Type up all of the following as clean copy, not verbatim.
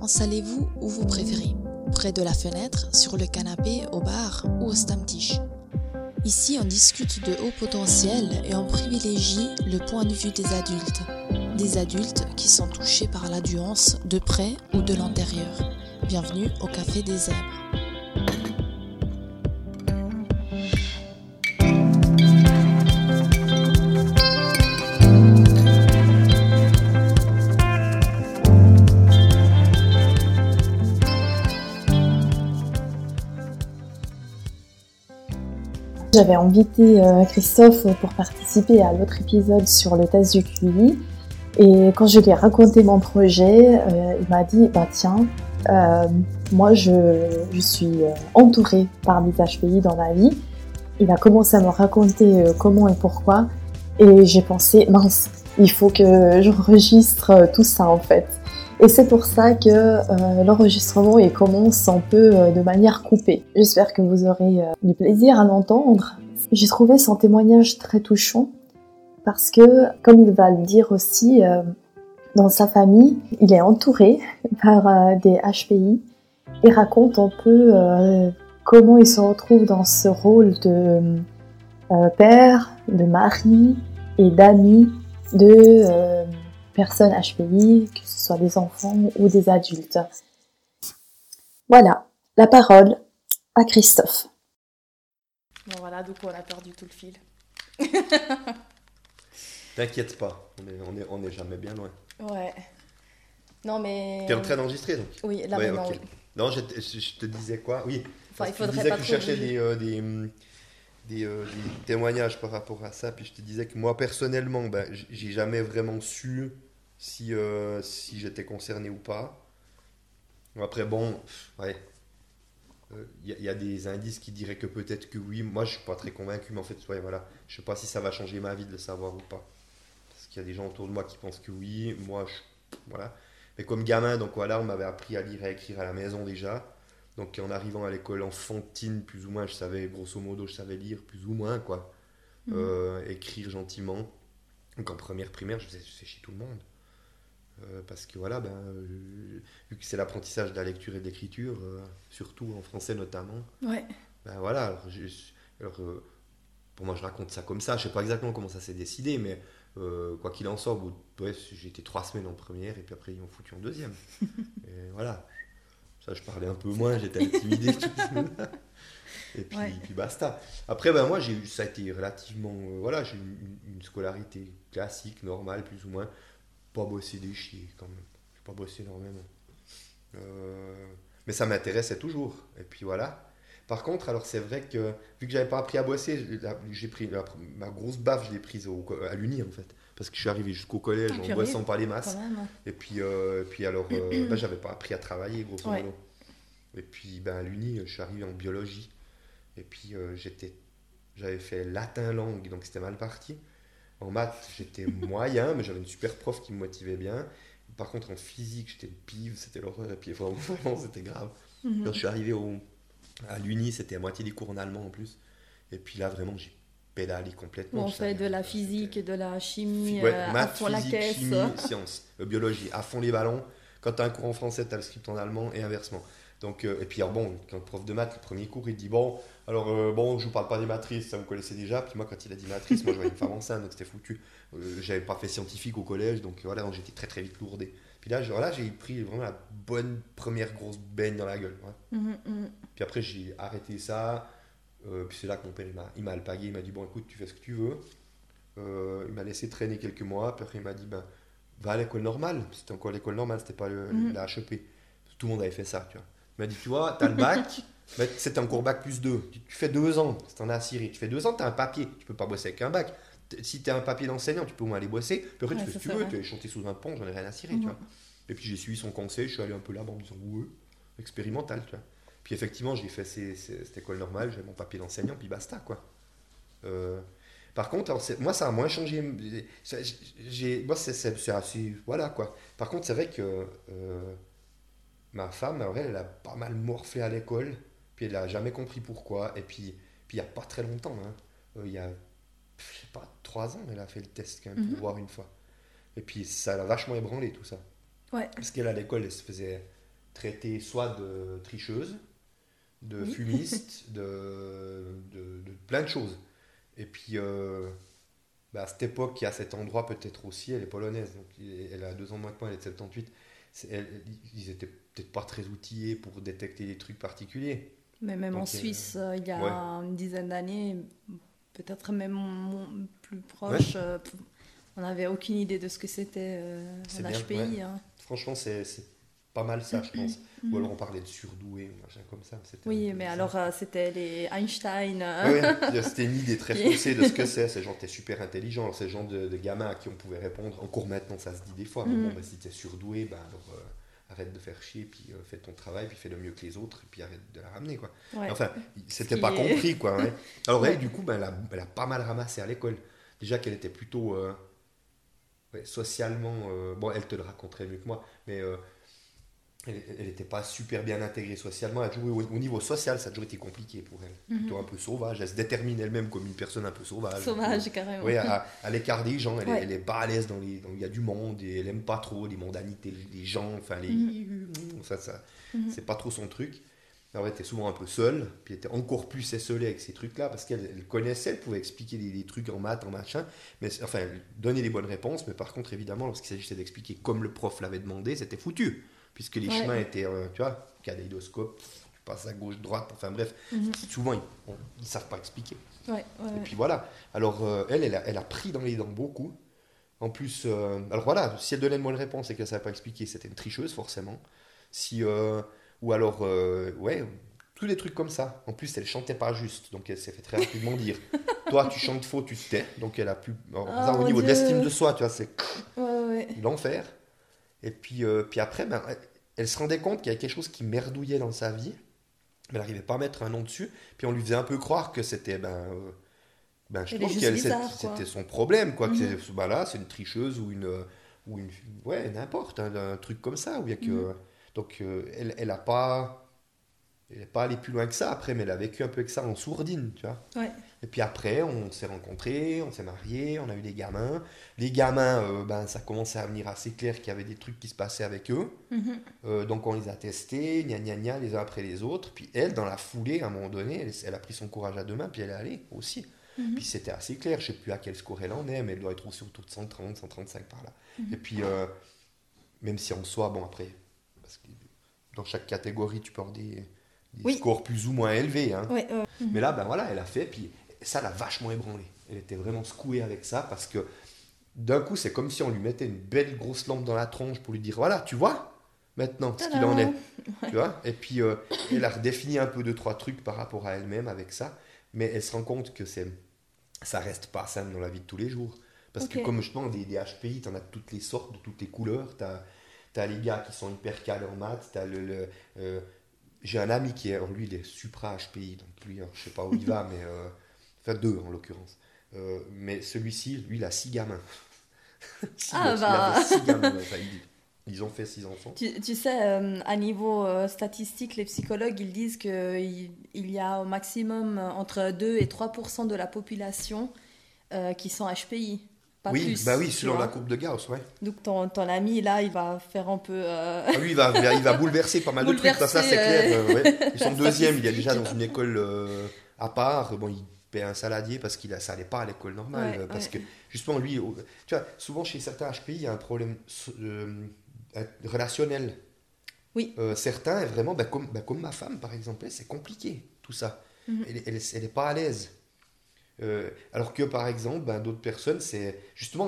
installez-vous où vous préférez, près de la fenêtre, sur le canapé, au bar ou au stammtisch. Ici, on discute de haut potentiel et on privilégie le point de vue des adultes. Des adultes qui sont touchés par la nuance de près ou de l'intérieur. Bienvenue au Café des Zèbres. J'avais invité Christophe pour participer à l'autre épisode sur le test du QI. Et quand je lui ai raconté mon projet, il m'a dit tiens, moi je suis entourée par des HPI dans ma vie. Il a commencé à me raconter comment et pourquoi. Et j'ai pensé, mince, il faut que j'enregistre tout ça en fait. Et c'est pour ça que l'enregistrement il commence un peu de manière coupée. J'espère que vous aurez du plaisir à l'entendre. J'ai trouvé son témoignage très touchant parce que, comme il va le dire aussi, dans sa famille, il est entouré par des HPI et raconte un peu comment il se retrouve dans ce rôle de père, de mari et d'ami de personnes HPI, que ce soit des enfants ou des adultes. Voilà, la parole à Christophe. Bon voilà, donc on a perdu tout le fil. T'inquiète pas, on est jamais bien loin. Ouais. Non mais... T'es en train d'enregistrer donc? Oui, là ouais, maintenant, okay. oui. Non, je te disais quoi? Oui, Enfin, il tu faudrait disais pas que tu trop cherchais bouger. des témoignages par rapport à ça, puis je te disais que moi personnellement, j'ai jamais vraiment su si j'étais concerné ou pas. Après bon, ouais, y a des indices qui diraient que peut-être que oui. Moi je suis pas très convaincu, mais en fait, ouais, voilà, je sais pas si ça va changer ma vie de le savoir ou pas. Parce qu'il y a des gens autour de moi qui pensent que oui, voilà. Mais comme gamin, donc voilà, on m'avait appris à lire et à écrire à la maison déjà. Donc en arrivant à l'école enfantine, plus ou moins, je savais, grosso modo, je savais lire plus ou moins, quoi. Écrire gentiment. Donc en première primaire, je faisais chez tout le monde. Parce que voilà, vu que c'est l'apprentissage de la lecture et de l'écriture, surtout en français notamment, Ouais. voilà, pour moi je raconte ça comme ça, je sais pas exactement comment ça s'est décidé, mais quoi qu'il en soit, au bout de, j'ai été 3 semaines en première et puis après ils m'ont foutu en deuxième. Et voilà, ça je parlais un peu moins, j'étais intimidé. Et puis, Ouais. puis basta. Après, moi ça a été relativement, voilà, j'ai eu une scolarité classique, normale, plus ou moins. Pas bossé des chiens quand même, j'ai pas bossé énormément. Mais ça m'intéressait toujours. Et puis voilà. Par contre, alors c'est vrai que vu que j'avais pas appris à bosser, j'ai pris ma grosse baffe, je l'ai prise à l'Uni en fait, parce que je suis arrivé jusqu'au collège en bossant pas les masses. Et puis alors, j'avais pas appris à travailler grosso modo. Et puis à l'Uni, je suis arrivé en biologie. Et puis j'avais fait latin langue, donc c'était mal parti. En maths, j'étais moyen, mais j'avais une super prof qui me motivait bien. Par contre, en physique, j'étais une pive, c'était l'horreur. Et puis vraiment, c'était grave. Quand je suis arrivé à l'Uni, c'était à moitié des cours en allemand en plus. Et puis là, vraiment, j'ai pédalé complètement. On fait de la physique et de la chimie à maths, fond la physique, caisse. chimie, sciences, biologie, à fond les ballons. Quand tu as un cours en français, tu as le script en allemand et inversement. Donc, et puis, alors, bon, quand le prof de maths, le premier cours, il dit je vous parle pas des matrices, ça vous connaissez déjà. Puis moi, quand il a dit matrice, moi je voyais une femme enceinte, donc c'était foutu. J'avais pas fait scientifique au collège, donc voilà, donc j'étais très très vite lourdé. Puis là, j'ai pris vraiment la bonne première grosse baigne dans la gueule. Ouais. Puis après, j'ai arrêté ça. Puis c'est là que mon père il m'a alpagué, il m'a dit bon, écoute, tu fais ce que tu veux. Il m'a laissé traîner quelques mois. Puis après, il m'a dit va à l'école normale. C'était encore l'école normale, c'était pas la HEP. Tout le monde avait fait ça, tu vois. Il m'a dit tu vois, t'as le bac. Mais c'est un cours bac plus 2. Tu fais 2 ans, c'est en Assyrie. Tu fais 2 ans, tu as un papier. Tu peux pas bosser avec un bac. Si tu as un papier d'enseignant, tu peux au moins aller bosser. Puis après, tu fais ce que tu veux. Tu vas chanter sous un pont, j'en ai rien à cirer. Tu vois. Et puis j'ai suivi son conseil. Je suis allé un peu là-bas en me disant ouais, expérimental. Tu vois. Puis effectivement, j'ai fait cette école normale. J'avais mon papier d'enseignant, puis basta. Quoi. Par contre, alors, moi, ça a moins changé. Moi, c'est assez. Voilà quoi. Par contre, c'est vrai que ma femme, elle a pas mal morflé à l'école. Puis elle n'a jamais compris pourquoi. Et puis il n'y a pas très longtemps, il y a, je sais pas, 3 ans, elle a fait le test quand même pour voir une fois. Et puis ça l'a vachement ébranlé tout ça. Ouais. Parce qu'elle à l'école, elle se faisait traité soit de tricheuse, de fumiste, de plein de choses. Et puis, à cette époque, à cet endroit, peut-être aussi, elle est polonaise, donc elle a 2 ans de moins que moi, elle est de 78. Ils étaient peut-être pas très outillés pour détecter des trucs particuliers. Mais même donc, en Suisse, il y a une dizaine d'années, peut-être même plus proche, on n'avait aucune idée de ce que c'était un HPI. Ouais. Hein. Franchement, c'est pas mal ça, je pense. Ou alors on parlait de surdoué ou machin comme ça. Oui, mais alors c'était les Einstein. Oui, c'était une idée très faussée de ce que c'est. Ces gens, t'es super intelligent. Alors, ces gens de gamins à qui on pouvait répondre, encore maintenant, ça se dit des fois. Mais bon, si t'es surdoué, alors arrête de faire chier, puis fais ton travail, puis fais le mieux que les autres, et puis arrête de la ramener, quoi. Ouais. Enfin, c'était pas compris, quoi. Ouais. Alors elle, du coup, elle a pas mal ramassé à l'école. Déjà qu'elle était plutôt socialement... bon, elle te le raconterait mieux que moi, mais... elle n'était pas super bien intégrée socialement. Elle a toujours, au niveau social, ça a toujours été compliqué pour elle. Plutôt un peu sauvage. Elle se détermine elle-même comme une personne un peu sauvage. Sauvage, carrément. Oui, à l'écart des gens. Elle est pas à l'aise dans il y a du monde et elle n'aime pas trop les mondanités, les gens. Enfin, c'est pas trop son truc. Alors, elle était souvent un peu seule. Puis elle était encore plus esselée avec ces trucs-là parce qu'elle connaissait, elle pouvait expliquer des trucs en maths, en machin. Mais, enfin, elle donnait les bonnes réponses. Mais par contre, évidemment, lorsqu'il s'agissait d'expliquer comme le prof l'avait demandé, c'était foutu. Puisque les chemins étaient, tu vois, kaléidoscope, tu passes à gauche, droite, enfin bref, souvent ils ne savent pas expliquer. Et puis voilà, alors elle a pris dans les dents beaucoup. En plus, alors voilà, si elle donnait une bonne réponse et qu'elle ne savait pas expliquer, c'était une tricheuse forcément. Ou alors, tous des trucs comme ça. En plus, elle chantait pas juste, donc elle s'est fait très rapidement dire toi tu chantes faux, tu te tais. Donc elle a pu, au niveau de l'estime de soi, tu vois, c'est l'enfer. Et puis après, elle se rendait compte qu'il y avait quelque chose qui merdouillait dans sa vie, mais elle n'arrivait pas à mettre un nom dessus. Puis on lui faisait un peu croire que c'était, je pense que c'était son problème, quoi. Que là, c'est une tricheuse ou une n'importe, un truc comme ça. Où il y a que, donc elle n'a pas... Elle n'est pas allée plus loin que ça après, mais elle a vécu un peu avec ça en sourdine, tu vois. Ouais. Et puis après, on s'est rencontrés, on s'est mariés, on a eu des gamins. Les gamins, ça commençait à venir assez clair qu'il y avait des trucs qui se passaient avec eux. Donc on les a testés, les uns après les autres. Puis elle, dans la foulée, à un moment donné, elle a pris son courage à deux mains, puis elle est allée aussi. Puis c'était assez clair, je ne sais plus à quel score elle en est, mais elle doit être aussi autour de 130, 135 par là. Et puis, même si en soi, bon après, parce que dans chaque catégorie, tu peux avoir des scores plus ou moins élevés. Hein. Mais là, voilà, elle a fait, puis ça l'a vachement ébranlé. Elle était vraiment secouée avec ça, parce que d'un coup, c'est comme si on lui mettait une belle grosse lampe dans la tronche pour lui dire, voilà, tu vois, maintenant, ce qu'il en est. Tu vois. Et puis, elle a redéfini un peu 2-3 trucs par rapport à elle-même avec ça, mais elle se rend compte que ça reste pas simple dans la vie de tous les jours. Parce que comme justement, des HPI, tu en as de toutes les sortes, de toutes les couleurs. T'as les gars qui sont hyper calés en maths, t'as j'ai un ami qui est, lui, il est supra HPI, donc lui, je sais pas où il va, mais enfin 2 en l'occurrence. Mais celui-ci, lui, il a 6 gamins. Il avait 6 gamins. Enfin, ils ont fait 6 enfants. Tu sais, à niveau statistique, les psychologues, ils disent qu'il y a au maximum entre 2 et 3% de la population qui sont HPI. Oui, selon la courbe de Gauss, ouais. Donc ton ami, là, il va faire un peu... Lui, il va bouleverser pas mal de trucs, ça c'est clair. Ils sont deuxième, il est déjà dans une école à part. Bon, il paie un saladier parce que ça n'allait pas à l'école normale. Parce que, justement, lui, tu vois, souvent chez certains HPI, il y a un problème relationnel. Oui. Certains, vraiment, comme ma femme, par exemple, c'est compliqué, tout ça. Elle n'est pas à l'aise. Alors que par exemple d'autres personnes c'est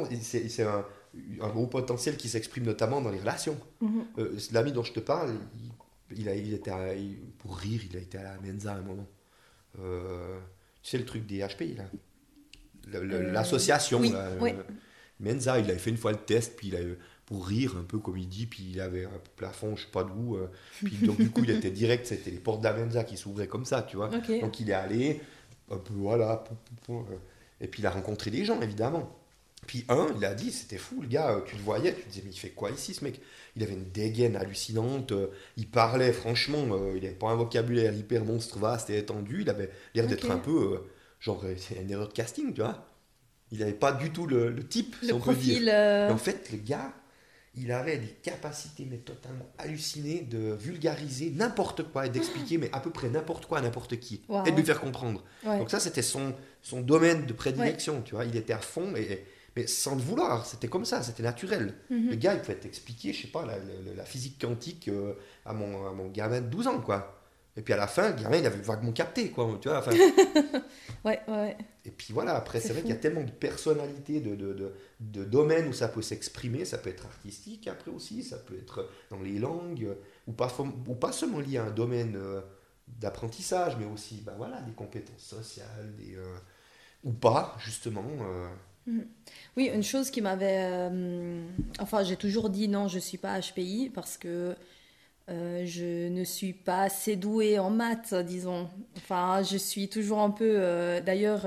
un gros potentiel qui s'exprime notamment dans les relations. L'ami dont je te parle il était pour rire il a été à la Mensa à un moment, tu sais le truc des HPI là, l'association Mensa, il avait fait une fois le test puis pour rire un peu comme il dit, puis il avait un plafond je sais pas d'où, puis donc du coup il était direct, c'était les portes de la Mensa qui s'ouvraient comme ça, tu vois. Donc il est allé un peu, voilà. Et puis il a rencontré des gens, évidemment. Puis il a dit, c'était fou, le gars, tu le voyais, tu te disais, mais il fait quoi ici, ce mec? Il avait une dégaine hallucinante, il parlait, franchement, il n'avait pas un vocabulaire hyper monstre, vaste et étendu, il avait l'air d'être un peu, c'est une erreur de casting, tu vois. Il n'avait pas du tout le type, si on peut dire. Mais en fait, le gars, il avait des capacités mais totalement hallucinées de vulgariser n'importe quoi et d'expliquer mais à peu près n'importe quoi à n'importe qui et de lui faire comprendre. Ouais. Donc ça, c'était son domaine de prédilection, tu vois. Il était à fond, mais sans le vouloir. C'était comme ça, c'était naturel. Le gars, il pouvait t'expliquer, je sais pas, la physique quantique à mon gamin de 12 ans, quoi. Et puis à la fin, le gamin, il avait vaguement capté, quoi, tu vois. Enfin, ouais. et puis voilà, après, c'est vrai fou. qu'il y a tellement de personnalités, de domaines où ça peut s'exprimer. Ça peut être artistique, après aussi, ça peut être dans les langues, ou pas seulement lié à un domaine d'apprentissage, mais aussi ben voilà, des compétences sociales, ou pas, justement. Oui, une chose qui m'avait... enfin, j'ai toujours dit non, je ne suis pas HPI parce que je ne suis pas assez douée en maths, disons. Enfin, je suis toujours un peu... d'ailleurs,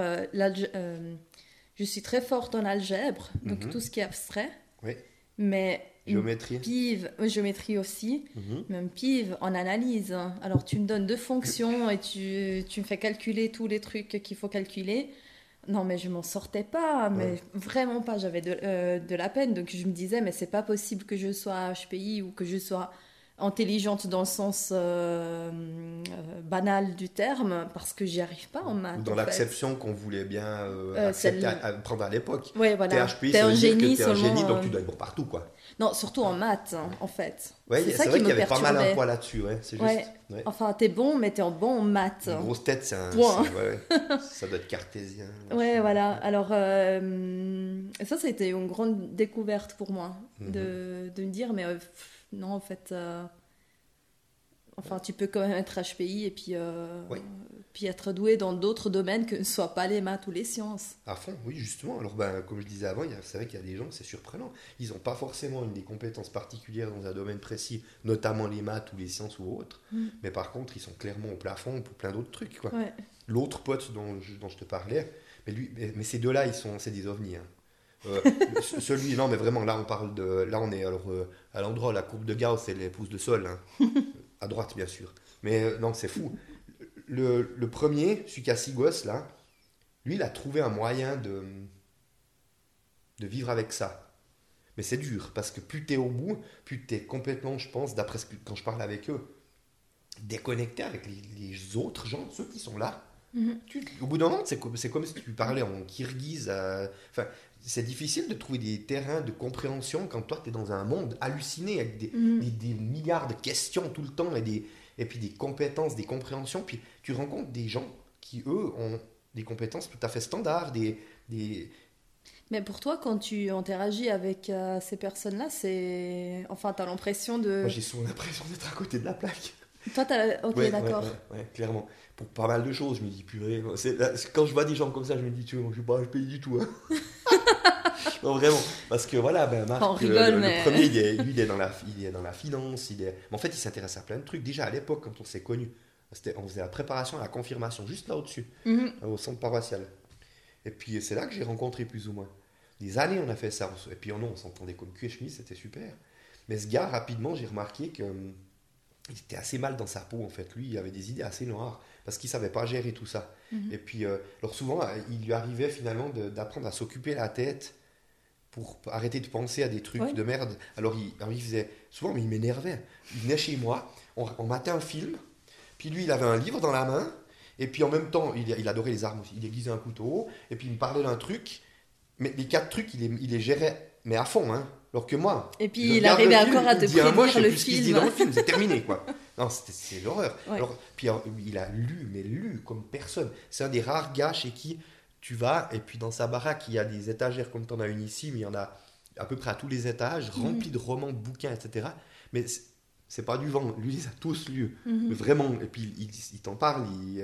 je suis très forte en algèbre, donc tout ce qui est abstrait. Oui. Mais Géométrie. Géométrie aussi, même pive en analyse. Alors, tu me donnes 2 fonctions et tu me fais calculer tous les trucs qu'il faut calculer. Non, mais je m'en sortais pas, mais vraiment pas. J'avais de la peine, donc je me disais, mais c'est pas possible que je sois HPI ou que je sois intelligente dans le sens banal du terme, parce que j'y arrive pas en maths. Ou dans l'acception qu'on voulait bien prendre à l'époque. Ouais, voilà. T'es HPI, t'es ça veut un dire génie que t'es un seulement, génie, donc tu dois être bon partout, quoi. Non, surtout en maths, en fait. Ouais, c'est ça vrai qui qu'il y me avait pas mal un perturbait. poids là-dessus, ouais, c'est juste. Ouais. Ouais. Enfin, t'es bon, mais t'es bon en maths. Une grosse tête, c'est un. Point. Ça doit être cartésien. Ouais, voilà. Alors, ça a été une grande découverte pour moi, de me dire, mais non, en fait, enfin, tu peux quand même être HPI et puis être doué dans d'autres domaines que ne soient pas les maths ou les sciences. À fond, oui, justement. Alors, comme je disais avant, c'est vrai qu'il y a des gens, c'est surprenant. Ils n'ont pas forcément des compétences particulières dans un domaine précis, notamment les maths ou les sciences ou autres. Mais par contre, ils sont clairement au plafond pour plein d'autres trucs, quoi. Ouais. L'autre pote dont je te parlais, mais ces deux-là, c'est des ovnis. Hein. Celui, non, mais vraiment, là, on est alors, à l'endroit, la courbe de Gauss, c'est les pouces de sol. Hein. À droite, bien sûr. Mais non, c'est fou. Le premier, celui qui a 6 gosses, là, lui, il a trouvé un moyen de vivre avec ça. Mais c'est dur, parce que plus tu es au bout, plus tu es complètement, je pense, d'après quand je parle avec eux, déconnecté avec les autres gens, ceux qui sont là. Au bout d'un moment, c'est comme si tu parlais en kirghize. Enfin, c'est difficile de trouver des terrains de compréhension quand toi, tu es dans un monde halluciné avec des milliards de questions tout le temps et puis des compétences, des compréhensions. Puis tu rencontres des gens qui, eux, ont des compétences tout à fait standards. Mais pour toi, quand tu interagis avec ces personnes-là, enfin, tu as l'impression de... Moi, j'ai souvent l'impression d'être à côté de la plaque. Toi, ok, ouais, d'accord. Ouais, clairement. Pour pas mal de choses, je me dis, purée. Quand je vois des gens comme ça, je me dis, tu vois, je suis pas HPI du tout. Hein. Non, vraiment. Parce que voilà, Marc, on rigole, le premier, il est dans la finance. Mais en fait, il s'intéresse à plein de trucs. Déjà, à l'époque, quand on s'est connus, on faisait la préparation à la confirmation, juste là au-dessus, au centre paroissial. Et puis, c'est là que j'ai rencontré plus ou moins. Des années, on a fait ça. Et puis, on s'entendait comme cul et chemise, c'était super. Mais ce gars, rapidement, j'ai remarqué que... il était assez mal dans sa peau en fait. Lui, il avait des idées assez noires parce qu'il savait pas gérer tout ça. Et puis, alors souvent, il lui arrivait finalement d'apprendre à s'occuper la tête pour arrêter de penser à des trucs de merde. Alors il faisait souvent, mais il m'énervait. Il venait chez moi, on matait un film, puis lui, il avait un livre dans la main, et puis en même temps, il adorait les armes aussi. Il aiguisait un couteau, et puis il me parlait d'un truc, mais les 4 trucs, il les gérait, mais à fond, hein. Alors que moi, et puis il arrivait encore à te prédire le film. Dit dans le film, c'est terminé quoi. Non, c'est l'horreur. Ouais. Alors, puis il a lu comme personne. C'est un des rares gars chez qui tu vas et puis dans sa baraque il y a des étagères comme tu en as une ici, mais il y en a à peu près à tous les étages, remplis de romans, de bouquins, etc. Mais c'est pas du vent. Lui, il les a tous lus, vraiment. Et puis il t'en parle,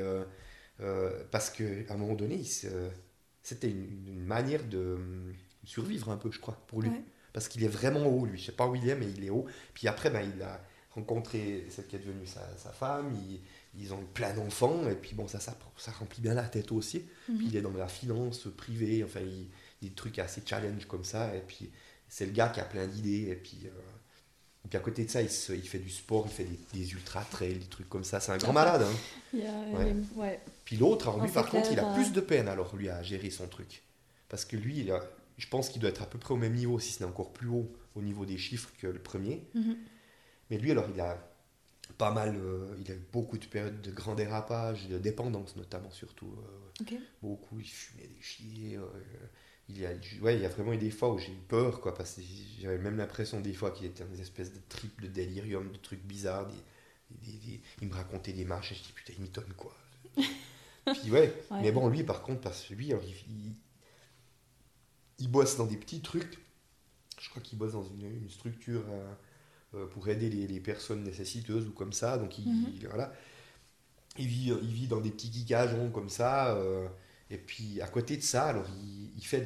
parce que à un moment donné, c'était une manière de survivre un peu, je crois, pour lui. Ouais. Parce qu'il est vraiment haut, lui. Je sais pas où il est, mais il est haut. Puis après, il a rencontré celle qui est devenue sa femme. Ils ont eu plein d'enfants. Et puis bon, ça remplit bien la tête aussi. Puis il est dans la finance privée. Enfin, des trucs assez challenge comme ça. Et puis c'est le gars qui a plein d'idées. Et puis à côté de ça, il fait du sport. Il fait des ultra-trails, des trucs comme ça. C'est un grand malade. Hein. Ouais. Puis l'autre, alors lui, par contre, il a clair, plus de peine alors lui à gérer son truc. Parce que lui, je pense qu'il doit être à peu près au même niveau, si ce n'est encore plus haut, au niveau des chiffres que le premier. Mhm. Mais lui, alors, il a pas mal, il a eu beaucoup de périodes de grand dérapage, de dépendance notamment, surtout. Ok. Beaucoup, il fumait des chiens. Il y a vraiment eu des fois où j'ai eu peur, quoi, parce que j'avais même l'impression des fois qu'il était dans des espèces de tripes de délirium, de trucs bizarres. Il me racontait des marches et je dis putain, il m'étonne quoi. Puis ouais, mais bon, lui par contre, parce que lui, alors, il bosse dans des petits trucs. Je crois qu'il bosse dans une structure pour aider les personnes nécessiteuses ou comme ça. Donc voilà. Il vit dans des petits geekages ronds comme ça. Et puis à côté de ça, alors il fait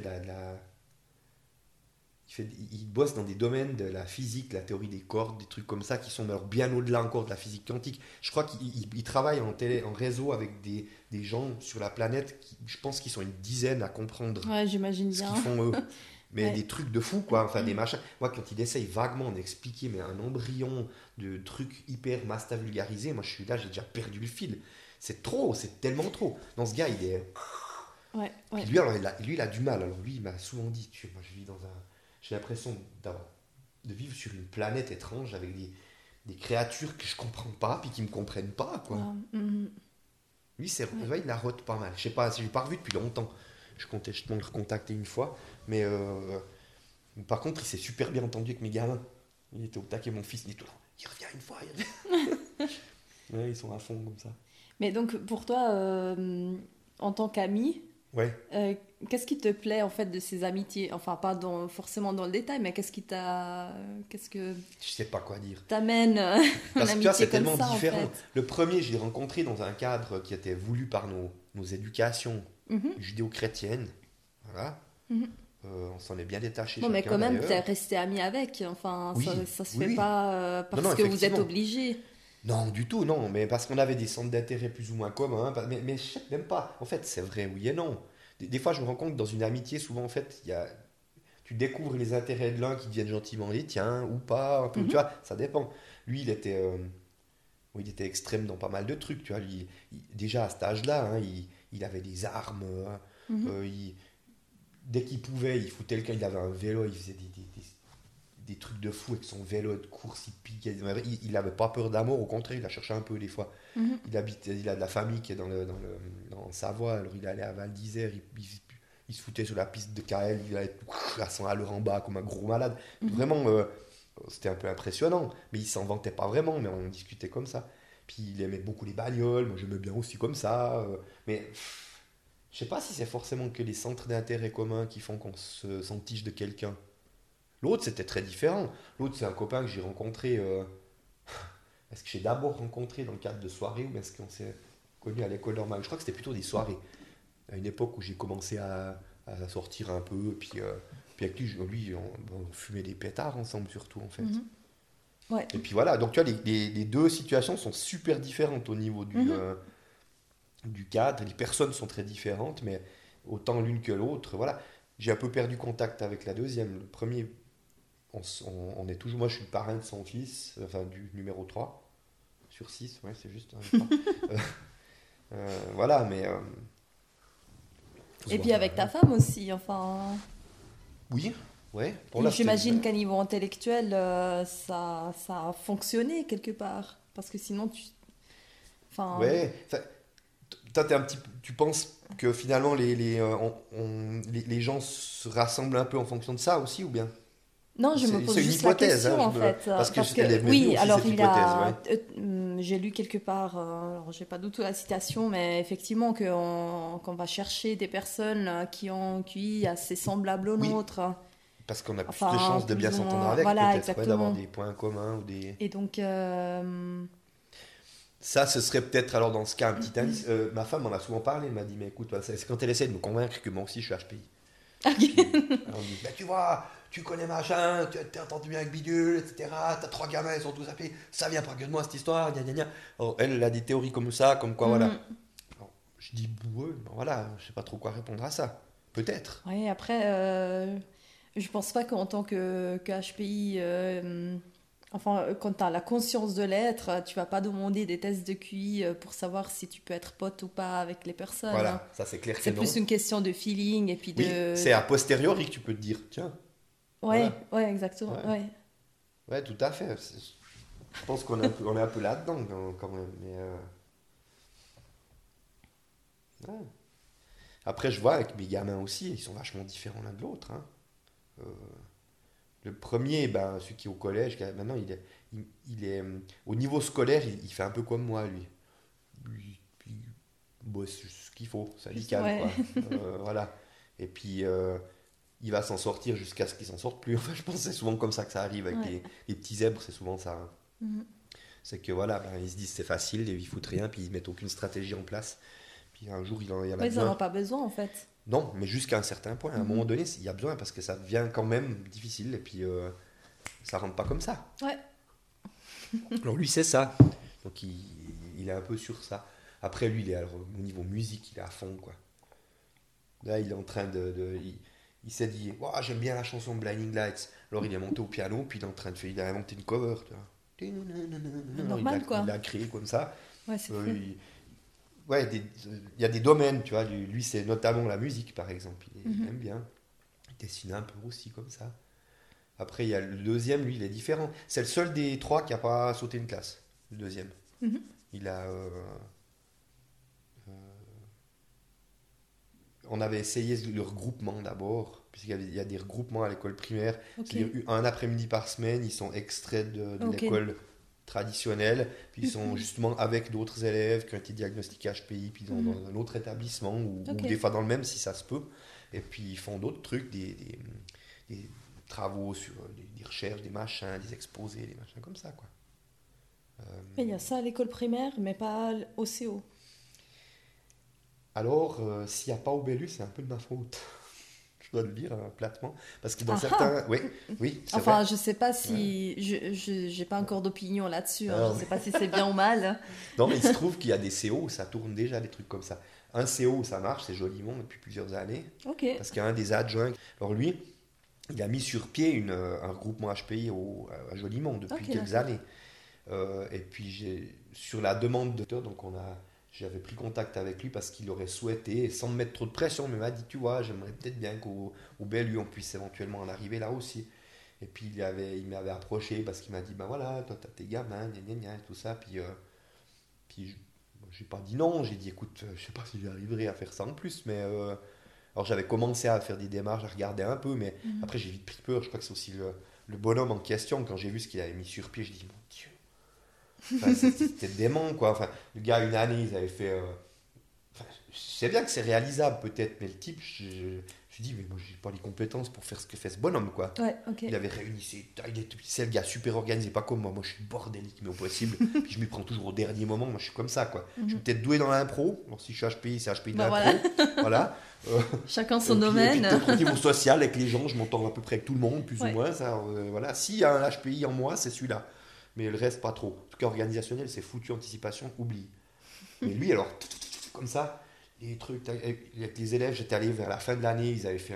il bosse dans des domaines de la physique, la théorie des cordes, des trucs comme ça qui sont alors bien au-delà encore de la physique quantique. Je crois qu'il travaille en réseau avec des gens sur la planète, je pense qu'ils sont une dizaine à comprendre j'imagine ce bien. qu'ils font eux. Mais des trucs de fou, quoi, enfin des machins. Moi, quand il essaye vaguement d'expliquer mais un embryon de trucs hyper masta vulgarisés, moi je suis là, j'ai déjà perdu le fil. C'est trop, c'est tellement trop. Non, ce gars, il est... Puis lui, alors, il a du mal. Alors lui, il m'a souvent dit, moi je vis dans un... J'ai l'impression de vivre sur une planète étrange avec des créatures que je comprends pas, puis qui me comprennent pas, quoi. Lui, il la rote pas mal. Je sais pas, je l'ai pas revu depuis longtemps. Je comptais justement le recontacter une fois. Mais par contre, il s'est super bien entendu avec mes gamins. Il était au taquet, mon fils, il dit tout le temps, il revient une fois, il revient. Ouais, ils sont à fond comme ça. Mais donc, pour toi, en tant qu'ami, qu'est-ce qui te plaît en fait de ces amitiés? Enfin, pas forcément dans le détail, mais qu'est-ce que je sais pas quoi dire. T'amène parce que tu vois, c'est tellement ça, différent. En fait. Le premier, je l'ai rencontré dans un cadre qui était voulu par nos éducations judéo-chrétiennes. Voilà. On s'en est bien détaché. Bon, mais quand même, t'es resté ami avec. Enfin, ça se fait pas parce que vous êtes obligés. Non, du tout, non. Mais parce qu'on avait des centres d'intérêt plus ou moins communs. Mais je sais même pas. En fait, c'est vrai, oui et non. Des fois, je me rends compte que dans une amitié, souvent, en fait, tu découvres les intérêts de l'un qui deviennent gentiment les tiens ou pas. Un peu, tu vois, ça dépend. Lui, il était extrême dans pas mal de trucs. Tu vois, déjà à cet âge-là, hein, il avait des armes. Dès qu'il pouvait, il foutait le camp. Il avait un vélo, il faisait des trucs de fou avec son vélo de course, il piquait. Il n'avait pas peur d'amour, au contraire, il a cherché un peu des fois. Il a de la famille qui est dans Savoie, alors il allait à Val d'Isère, il se foutait sur la piste de KL, il allait à 100 à l'heure en bas comme un gros malade. Vraiment, c'était un peu impressionnant, mais il s'en vantait pas vraiment, mais on discutait comme ça. Puis il aimait beaucoup les bagnoles, moi j'aimais bien aussi comme ça, mais je sais pas si c'est forcément que les centres d'intérêt communs qui font qu'on s'en tige de quelqu'un. L'autre, c'était très différent. L'autre, c'est un copain que j'ai rencontré. Est-ce que j'ai d'abord rencontré dans le cadre de soirées ou est-ce qu'on s'est connu à l'école normale? Je crois que c'était plutôt des soirées. À une époque où j'ai commencé à sortir un peu. Puis avec lui on fumait des pétards ensemble, surtout, en fait. Et puis voilà. Donc, tu vois, les deux situations sont super différentes au niveau du cadre. Les personnes sont très différentes, mais autant l'une que l'autre. Voilà. J'ai un peu perdu contact avec la deuxième. Le premier. On est toujours, moi je suis le parrain de son fils, enfin du numéro 3 sur 6, ouais, c'est juste. Voilà, mais. Et puis avec ta femme aussi, enfin. Oui, ouais. J'imagine qu'à niveau intellectuel, ça a fonctionné quelque part. Parce que sinon, Enfin. Ouais, toi, tu penses que finalement les gens se rassemblent un peu en fonction de ça aussi, ou bien? Non, je me pose juste la question, en fait. Parce que oui, alors j'ai lu quelque part, alors j'ai pas du tout la citation, mais effectivement qu'on va chercher des personnes qui ont un QI assez semblable au nôtre. Parce qu'on a plus de chances de bien s'entendre avec, peut-être, d'avoir des points communs ou des... Et donc... Ça, ce serait peut-être alors dans ce cas un petit indice. Ma femme m'en a souvent parlé, elle m'a dit, mais écoute, c'est quand elle essaie de me convaincre que moi aussi je suis HPI. Puis, elle me dit, bah, tu vois, tu connais machin, tu t'es entendu bien avec Bidule, etc. T'as 3 gamins, ils sont tous HPI. Ça vient pas que de moi cette histoire, gna gna gna. Alors, elle a des théories comme ça, comme quoi, voilà. Alors, je dis, ouais, ben voilà, je sais pas trop quoi répondre à ça. Peut-être. Oui, après, je pense pas qu'en tant que HPI. Enfin, quand tu as la conscience de l'être, tu vas pas demander des tests de QI pour savoir si tu peux être pote ou pas avec les personnes. Voilà, hein. ça c'est clair que c'est plus une question de feeling et puis de... Oui, c'est a posteriori que tu peux te dire, tiens, Ouais, Voilà. ouais, exactement. Ouais. Ouais. Ouais, tout à fait. Je pense on est un peu là-dedans quand même. Mais, ouais. Après, je vois avec mes gamins aussi, ils sont vachement différents l'un de l'autre, hein. Euh, le premier, ben, celui qui est au collège, maintenant, il est au niveau scolaire, il fait un peu comme moi, lui. Il bosse ce qu'il faut, syndical, Ouais. quoi. Voilà. Et puis, il va s'en sortir jusqu'à ce qu'il s'en sorte plus. Enfin, je pense que c'est souvent comme ça que ça arrive avec Ouais. les petits zèbres, c'est souvent ça, hein. Mhm. C'est que voilà, ben, ils se disent c'est facile, ils foutent rien, puis ils mettent aucune stratégie en place. Puis un jour, il y en a Ouais, ils n'en besoin. ont pas besoin, en fait. Non, mais jusqu'à un certain point. À un moment Mhm. donné, il y a besoin parce que ça devient quand même difficile et puis ça rentre pas comme ça. Ouais. Alors lui, c'est ça. Donc il est un peu sur ça. Après, lui, alors, au niveau musique, il est à fond, quoi. Là, il est en train il s'est dit, Ouah, j'aime bien la chanson Blinding Lights. Alors il est monté au piano, puis il est en train il a inventé une cover, tu vois. Normal, quoi. Il l'a créé comme ça. Ouais, c'est Euh, fou. il- ouais, il y a des domaines, tu vois. Lui, c'est notamment la musique, par exemple. Il Mhm. aime bien. Il dessine un peu aussi comme ça. Après, il y a le deuxième, lui, il est différent. C'est le seul des trois qui n'a pas sauté une classe. Le deuxième. Mhm. Il a. On avait essayé le regroupement d'abord, il y a des regroupements à l'école primaire. Ok. C'est-à-dire un après-midi par semaine, ils sont extraits de Ok. l'école traditionnelle, puis ils sont justement avec d'autres élèves qui ont été diagnostiqués HPI, puis dans un autre établissement, ou Ok. des fois dans le même si ça se peut. Et puis ils font d'autres trucs, des travaux sur des recherches, des machins, des exposés, des machins comme ça, quoi. Il y a ça à l'école primaire, mais pas au CO. Alors, s'il n'y a pas Obélus, c'est un peu de ma faute. Je dois le dire platement. Parce que dans Ah certains. Oui, oui, c'est Enfin, vrai. je sais pas si... Je j'ai pas encore d'opinion là-dessus. Hein. Ah, Je sais pas si c'est bien ou mal. non, mais il se trouve qu'il y a des CO où ça tourne déjà, des trucs comme ça. Un CO où ça marche, c'est Jolimont depuis plusieurs années. Ok. Parce qu'il y a un des adjoints. Alors lui, il a mis sur pied un regroupement HPI à Jolimont depuis Ok, quelques d'accord. années. Et puis sur la demande de donc j'avais pris contact avec lui parce qu'il aurait souhaité, sans me mettre trop de pression, mais il m'a dit, tu vois, j'aimerais peut-être bien qu'au BLU on puisse éventuellement en arriver là aussi. Et puis il m'avait approché parce qu'il m'a dit, ben voilà, toi t'as tes gamins, gna gna gna, et tout ça. Puis j'ai pas dit non, j'ai dit, écoute, je sais pas si j'arriverai à faire ça en plus, mais alors j'avais commencé à faire des démarches, à regarder un peu, mais après j'ai vite pris peur. Je crois que c'est aussi le bonhomme en question. Quand j'ai vu ce qu'il avait mis sur pied, je dis, mon Dieu. Enfin, c'était dément, quoi. Enfin, le gars, une année, ils avaient fait. Enfin, je sais bien que c'est réalisable, peut-être, mais le type, je dis, mais moi, j'ai pas les compétences pour faire ce que fait ce bonhomme, quoi. Ouais, ok. Il avait réuni c'est le gars super organisé, pas comme moi. Moi, je suis bordélique, mais au possible. Puis je m'y prends toujours au dernier moment. Moi, je suis comme ça, quoi. Je suis peut-être doué dans l'impro. Alors, si je suis HPI, c'est HPI de Bah, l'impro. Voilà. Chacun son Et puis domaine. peut-être au niveau social, avec les gens, je m'entends à peu près avec tout le monde, plus Ouais. ou moins. Ça, voilà. S'il y a un HPI en moi, c'est celui-là. Mais le reste, pas trop. En tout cas, organisationnel, c'est foutu, anticipation, oublie. Mais lui, alors, comme ça, les trucs, avec les élèves, j'étais allé vers la fin de l'année, ils avaient fait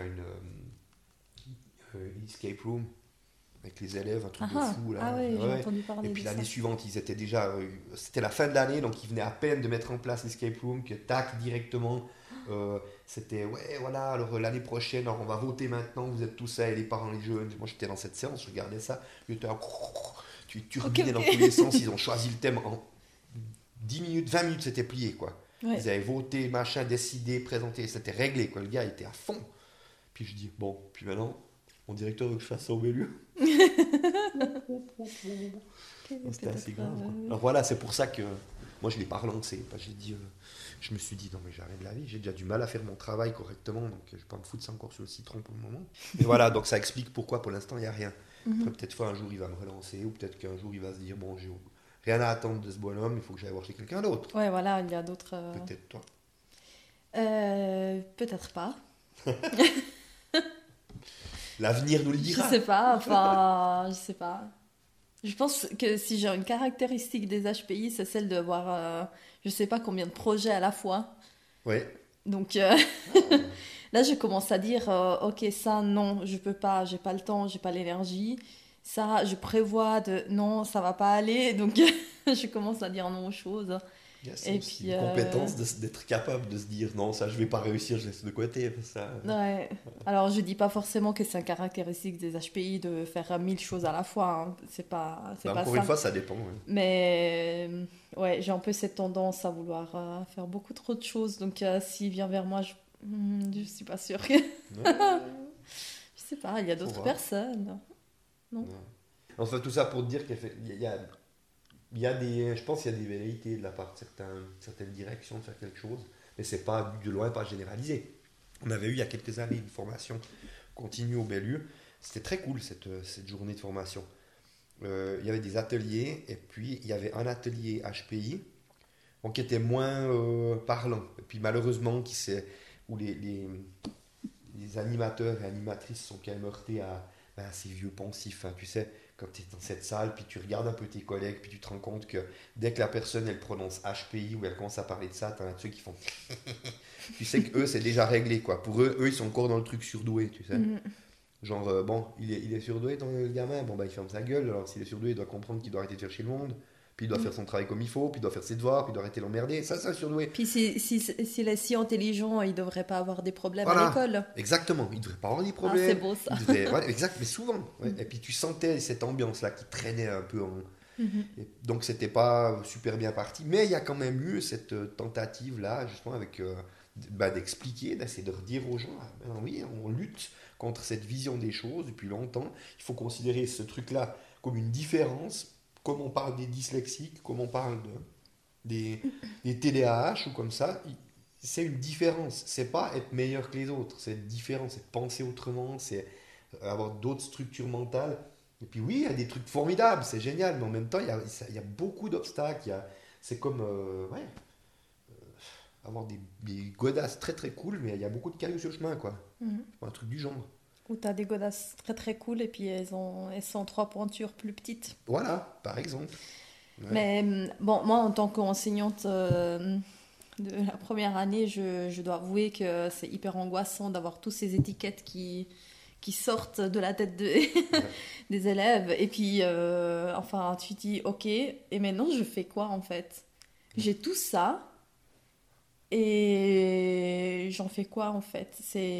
une escape room avec les élèves, un truc de fou. Là. Ah ouais, j'ai Ouais. entendu parler Et puis de l'année ça. suivante, ils étaient déjà. C'était la fin de l'année, donc ils venaient à peine de mettre en place l'escape room, que tac, directement. C'était, ouais, voilà, alors l'année prochaine, alors on va voter maintenant, vous êtes tous ça, et les parents, les jeunes. Moi, j'étais dans cette séance, je regardais ça, j'étais là, tu turbinais Ok, ok. dans tous les sens, ils ont choisi le thème en 10 minutes, 20 minutes, c'était plié, quoi. Ouais. Ils avaient voté, machin, décidé, présenté, c'était réglé, quoi. Le gars était à fond. Puis je dis, bon, puis maintenant, mon directeur veut que je fasse ça au milieu. C'était assez grave, quoi. Alors voilà, c'est pour ça que moi je l'ai pas relancé. J'ai dit, je me suis dit, non mais j'arrête la vie, j'ai déjà du mal à faire mon travail correctement, donc je vais pas me foutre ça encore sur le citron pour le moment. Et voilà, donc ça explique pourquoi pour l'instant il n'y a rien. Après, peut-être qu'un jour il va me relancer, ou peut-être qu'un jour il va se dire, bon, j'ai rien à attendre de ce bonhomme, il faut que j'aille voir chez quelqu'un d'autre. Ouais, voilà, il y a d'autres... Peut-être toi. Peut-être pas. L'avenir nous le Je dira. sais pas, enfin, je sais pas. Je pense que si j'ai une caractéristique des HPI, c'est celle d'avoir, je sais pas combien de projets à la fois. Ouais. Donc là, je commence à dire, ok, ça, non, je peux pas, j'ai pas le temps, j'ai pas l'énergie. Ça, je prévois de, non, ça va pas aller. Donc je commence à dire non aux choses. C'est aussi une compétence d'être capable de se dire non, ça je vais pas réussir, je laisse de côté. Ça... Ouais. Alors je dis pas forcément que c'est une caractéristique des HPI de faire 1000 choses à la fois. Hein. C'est pas encore ça. Une fois, ça dépend. Ouais. Mais ouais, j'ai un peu cette tendance à vouloir faire beaucoup trop de choses. Donc s'il vient vers moi, je suis pas sûre. Je sais pas, il y a d'autres personnes. Non. Ouais. Enfin, tout ça pour te dire je pense qu'il y a des velléités de la part de certaines directions de faire quelque chose, mais c'est pas de loin pas généralisé. On avait eu il y a quelques années une formation continue au Bellu. C'était très cool cette journée de formation. Il y avait des ateliers et puis il y avait un atelier HPI qui était moins parlant. Et puis malheureusement où les animateurs et animatrices sont quand même heurtés à ces vieux pensifs, hein, tu sais. Quand tu es dans cette salle, puis tu regardes un peu tes collègues, puis tu te rends compte que dès que la personne, elle prononce HPI ou elle commence à parler de ça, t'en as ceux qui font... tu sais qu'eux, c'est déjà réglé, quoi. Pour eux, ils sont encore dans le truc surdoué, tu sais. Genre, il est surdoué, le gamin, il ferme sa gueule. Alors, s'il est surdoué, il doit comprendre qu'il doit arrêter de faire chier le monde. Puis il doit faire son travail comme il faut, puis il doit faire ses devoirs, puis il doit arrêter de l'emmerder. Ça, c'est un surdoué. Puis s'il est si intelligent, il ne devrait pas avoir des problèmes à l'école. Exactement, il ne devrait pas avoir des problèmes. C'est beau ça. Exact, mais souvent. Ouais. Et puis tu sentais cette ambiance-là qui traînait un peu. Et donc c'était pas super bien parti. Mais il y a quand même eu cette tentative-là, justement, avec d'expliquer, d'essayer de redire aux gens, oui, on lutte contre cette vision des choses depuis longtemps. Il faut considérer ce truc-là comme une différence. Comme on parle des dyslexiques, comme on parle des TDAH ou comme ça, c'est une différence. C'est pas être meilleur que les autres, c'est être différent, c'est penser autrement, c'est avoir d'autres structures mentales. Et puis oui, il y a des trucs formidables, c'est génial, mais en même temps, il y a beaucoup d'obstacles. C'est comme avoir des godasses très très cool, mais il y a beaucoup de cailloux sur le chemin, quoi. Un truc du genre. Ou tu as des godasses très très cool et puis elles sont 3 pointures plus petites. Voilà, par exemple. Ouais. Mais bon, moi en tant qu'enseignante de la première année, je dois avouer que c'est hyper angoissant d'avoir toutes ces étiquettes qui sortent de la tête des élèves. Et puis, tu dis, ok, et maintenant je fais quoi en fait ? J'ai tout ça et j'en fais quoi en fait ?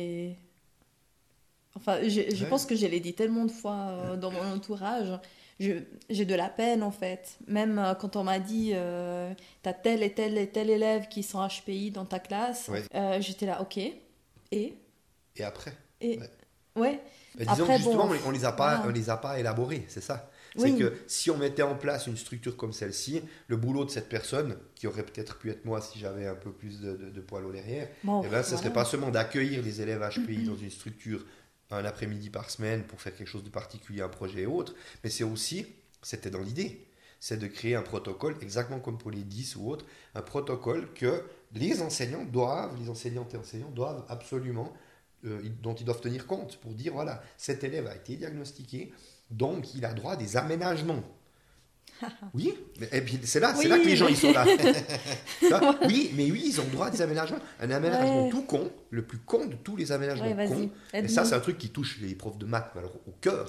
Je pense que je l'ai dit tellement de fois dans mon entourage. J'ai de la peine, en fait. Même quand on m'a dit t'as tel et tel et tel élève qui sont HPI dans ta classe, j'étais là, ok. Et après Ouais. Mais disons que justement, on les a pas élaborés, c'est ça. C'est que si on mettait en place une structure comme celle-ci, le boulot de cette personne, qui aurait peut-être pu être moi si j'avais un peu plus de poil au derrière, ce serait pas seulement d'accueillir les élèves HPI dans une structure un après-midi par semaine pour faire quelque chose de particulier, un projet et autres, mais c'était dans l'idée, c'est de créer un protocole, exactement comme pour les 10 ou autres, un protocole que les enseignantes et enseignants doivent absolument, dont ils doivent tenir compte pour dire, voilà, cet élève a été diagnostiqué, donc il a droit à des aménagements. Oui, et puis c'est là que les gens ils sont là. Oui, ils ont droit à des aménagements. Un aménagement tout con, le plus con de tous les aménagements cons. Et ça, c'est un truc qui touche les profs de maths alors, au cœur.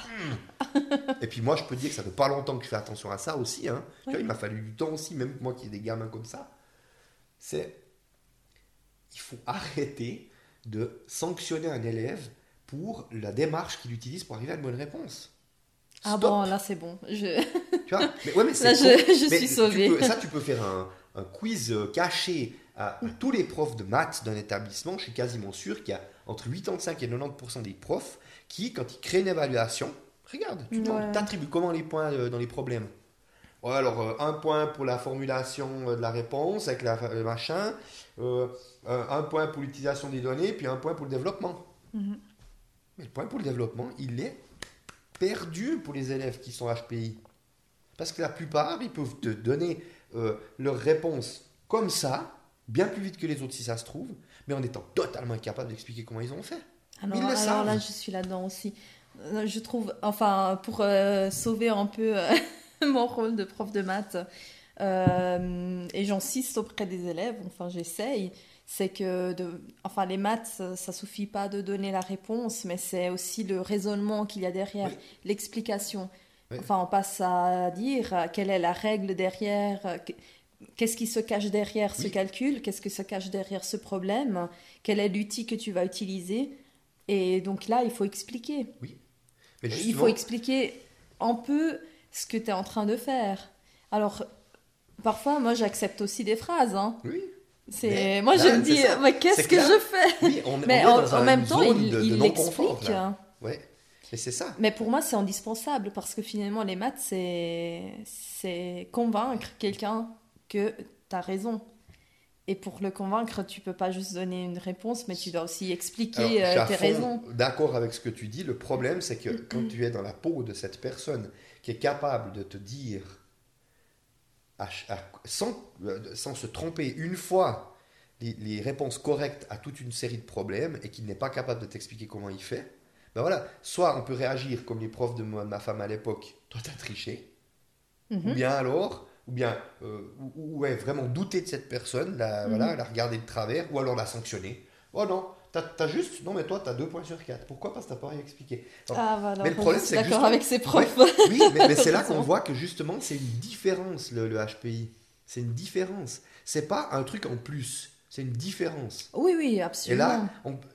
Et puis moi, je peux dire que ça fait pas longtemps que je fais attention à ça aussi. Hein. Tu vois, il m'a fallu du temps aussi, même moi qui ai des gamins comme ça. Il faut arrêter de sanctionner un élève pour la démarche qu'il utilise pour arriver à une bonne réponse. Ah bon, là c'est bon. Tu vois, mais c'est là je suis sauvée. Tu peux faire un quiz caché à tous les profs de maths d'un établissement. Je suis quasiment sûr qu'il y a entre 85 et 90% des profs qui, quand ils créent une évaluation, regarde, tu t'attribues comment les points dans les problèmes. Ouais, alors, 1 point pour la formulation de la réponse avec le machin, 1 point pour l'utilisation des données, puis 1 point pour le développement. Mais le point pour le développement, il est perdu pour les élèves qui sont HPI. Parce que la plupart, ils peuvent te donner leur réponse comme ça, bien plus vite que les autres si ça se trouve, mais en étant totalement incapable d'expliquer comment ils ont fait. Alors là, je suis là-dedans aussi. Je trouve, pour sauver un peu mon rôle de prof de maths, et j'insiste auprès des élèves, j'essaye, c'est que les maths, ça suffit pas de donner la réponse, mais c'est aussi le raisonnement qu'il y a derrière, l'explication. On passe à dire quelle est la règle derrière, qu'est-ce qui se cache derrière ce Oui. calcul, qu'est-ce qui se cache derrière ce problème, quel est l'outil que tu vas utiliser. Et donc là, il faut expliquer. Oui. Mais Il justement, faut expliquer un peu ce que tu es en train de faire. Alors, parfois, moi, j'accepte aussi des phrases. Hein. oui. Moi, là, je me c'est dis, ça. mais qu'est-ce C'est que que là- je fais? Oui, Mais est dans en une même temps, zone il non-confort, l'explique. là. Ouais. Mais c'est ça. Mais pour moi, c'est indispensable parce que finalement, les maths, c'est convaincre quelqu'un que tu as raison. Et pour le convaincre, tu peux pas juste donner une réponse, mais tu dois aussi Alors, expliquer je suis à tes fond raisons. d'accord avec ce que tu dis. Le problème, c'est que quand tu es dans la peau de cette personne qui est capable de te dire, sans se tromper une fois, les réponses correctes à toute une série de problèmes et qui n'est pas capable de t'expliquer comment il fait, ben voilà, soit on peut réagir comme les profs de ma femme à l'époque, toi t'as triché, ou bien alors, ouais, vraiment douter de cette personne, voilà, la regarder de travers, ou alors la sanctionner. Oh non, t'as juste, non mais toi t'as 2 points sur 4. Pourquoi? Parce que t'as pas rien expliqué. Alors, Ah, voilà, mais le problème, je suis c'est que d'accord justement- avec ces profs. Ouais, oui, mais c'est là qu'on Raison. voit que justement c'est une différence le HPI. C'est une différence. C'est pas un truc en plus, c'est une différence. Oui, oui, Et absolument. là,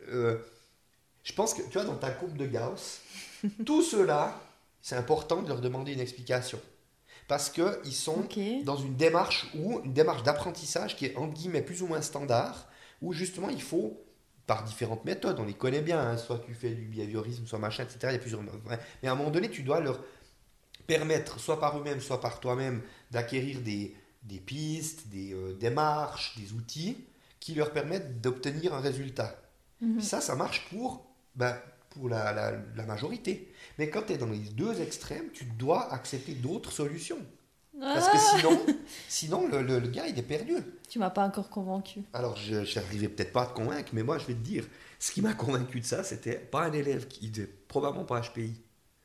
je pense que tu vois dans ta courbe de Gauss, tous ceux-là, c'est important de leur demander une explication. Parce qu'ils sont Ok. dans une démarche d'apprentissage qui est entre guillemets plus ou moins standard, où justement il faut, par différentes méthodes, on les connaît bien, hein, soit tu fais du behaviorisme, soit machin, etc. Il y a plusieurs. Mais à un moment donné, tu dois leur permettre, soit par eux-mêmes, soit par toi-même, d'acquérir des pistes, des démarches, des outils qui leur permettent d'obtenir un résultat. Mhm. Puis ça marche pour la majorité. Mais quand tu es dans les deux extrêmes, tu dois accepter d'autres solutions. Parce que sinon le gars, il est perdu. Tu m'as pas encore convaincu. Alors, je n'arrivais peut-être pas à te convaincre, mais moi, je vais te dire, ce qui m'a convaincu de ça, c'était pas un élève qui était probablement pas HPI.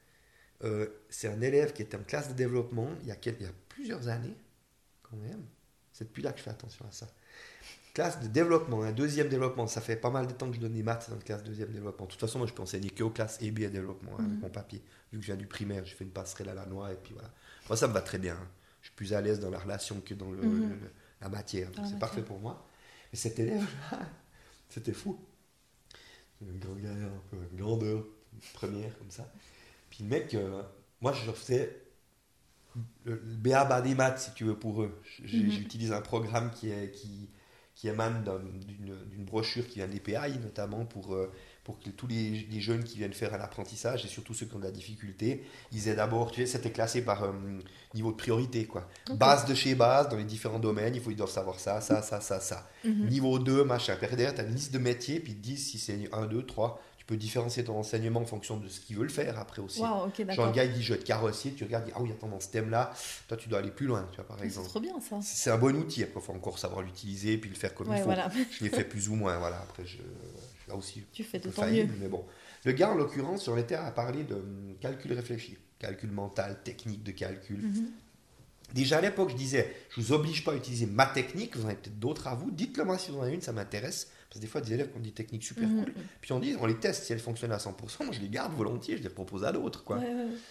C'est un élève qui était en classe de développement il y a plusieurs années, quand même. C'est depuis là que je fais attention à ça. Classe de développement, un deuxième développement. Ça fait pas mal de temps que je donne des maths dans la classe deuxième développement. De toute façon, moi, je peux enseigner que aux classes EB et développement, hein, avec mon papier. Vu que je viens du primaire, je fais une passerelle à la noix, et puis voilà. Moi, ça me va très bien. Hein. Je suis plus à l'aise dans la relation que dans la matière. Donc, c'est parfait pour moi. Mais cet élève-là, c'était fou. Un grand gars, un peu une grandeur, une première, comme ça. Puis le mec, moi, je leur faisais le b.a.-ba des maths, si tu veux, pour eux. J'utilise un programme qui émane d'une brochure qui vient de l'EPI, notamment pour que tous les jeunes qui viennent faire un apprentissage, et surtout ceux qui ont de la difficulté, ils aient d'abord, tu sais, c'était classé par niveau de priorité, quoi. Okay. Base de chez base, dans les différents domaines, ils doivent savoir ça. Niveau 2, machin. Puis derrière, tu as une liste de métiers, puis ils te disent si c'est 1, 2, 3. Tu peux différencier ton enseignement en fonction de ce qu'ils veulent faire après aussi. Wow, okay, genre, le gars, il dit je vais être carrossier, tu regardes, ah oui, attends, dans ce thème-là, toi, tu dois aller plus loin, tu vois, par exemple. C'est trop bien, ça. C'est un bon outil, après, il faut encore savoir l'utiliser, puis le faire comme il faut. Voilà. Je l'ai fait plus ou moins, voilà. Après, là aussi, tu fais de ton mieux. Mais bon. Le gars, en l'occurrence, on était à parler de calcul réfléchi, calcul mental, technique de calcul. Déjà à l'époque, je disais, je vous oblige pas à utiliser ma technique, vous en avez peut-être d'autres à vous, dites-le moi si vous en avez une, ça m'intéresse. Parce que des fois, des élèves qui ont des techniques super cool, puis on les teste, si elles fonctionnent à 100%, moi je les garde volontiers, je les propose à d'autres, quoi.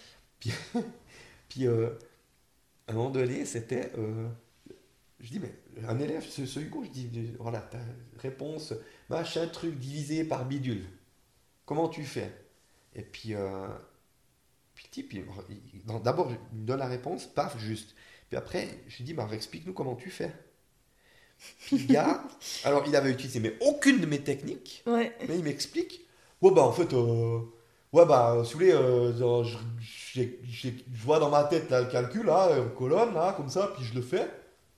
Puis à un moment donné, c'était... je dis, mais un élève, ce Hugo, je dis, voilà, ta réponse, machin, truc divisé par bidule. Comment tu fais? Et puis le type, d'abord, il me donne la réponse, paf, juste. Puis après, je lui dis, bah, explique-nous comment tu fais. Puis le gars, alors il avait utilisé mais aucune de mes techniques, mais il m'explique, ouais, bah en fait, si vous voulez, je vois dans ma tête là, le calcul, là, en colonne, là, comme ça, puis je le fais.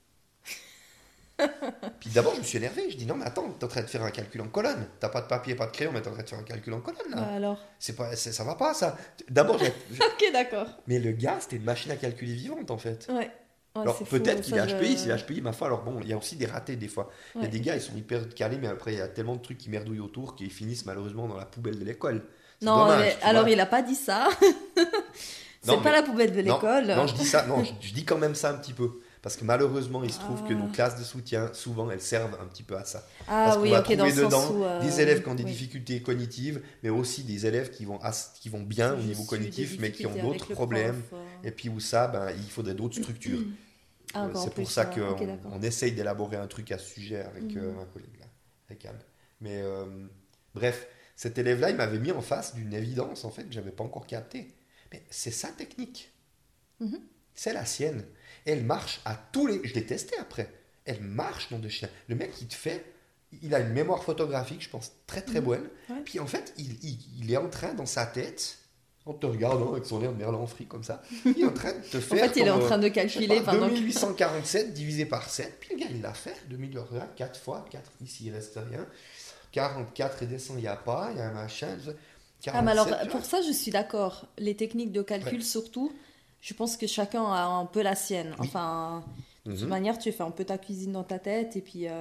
Puis d'abord, je me suis énervé. Je dis non, mais attends, t'es en train de faire un calcul en colonne. T'as pas de papier, pas de crayon, mais t'es en train de faire un calcul en colonne là. Alors ça va pas ça. D'abord, ok, d'accord. Mais le gars, c'était une machine à calculer vivante en fait. Ouais. Alors peut-être qu'il est HPI, c'est HPI, ma foi. Alors bon, il y a aussi des ratés des fois. Il y a des gars, ils sont hyper calés, mais après, il y a tellement de trucs qui merdouillent autour qu'ils finissent malheureusement dans la poubelle de l'école. Non, dommage, alors il a pas dit ça. C'est pas la poubelle de l'école. Non, je dis ça. Non, je dis quand même ça un petit peu. Parce que malheureusement, il se trouve que nos classes de soutien, souvent, elles servent un petit peu à ça. Parce qu'on va trouver dedans des élèves qui ont des difficultés cognitives, mais aussi des élèves qui vont bien au niveau cognitif, mais qui ont d'autres problèmes. Et puis où ça, il faudrait d'autres structures. C'est pour ça qu'on essaye d'élaborer un truc à ce sujet avec un collègue là, avec Anne. Mais bref, cet élève-là, il m'avait mis en face d'une évidence en fait que j'avais pas encore captée. Mais c'est sa technique. C'est la sienne. Elle marche à tous les... Je l'ai testé après. Elle marche, nom de chien. Le mec, il a une mémoire photographique, je pense, très très bonne. Ouais. Puis en fait, il est en train, dans sa tête, en te regardant avec son air de merlan frit comme ça, il est en train de te faire... En fait, il est en train de calculer pendant... 2847 divisé par 7, puis le gars, il l'a fait. 4 fois 4, ici, il reste rien. 44 et descend, il n'y a pas, il y a un machin... 47, mais alors, pour ça, je suis d'accord. Les techniques de calcul, surtout, je pense que chacun a un peu la sienne. Oui. Enfin, de toute manière, tu fais un peu ta cuisine dans ta tête, et puis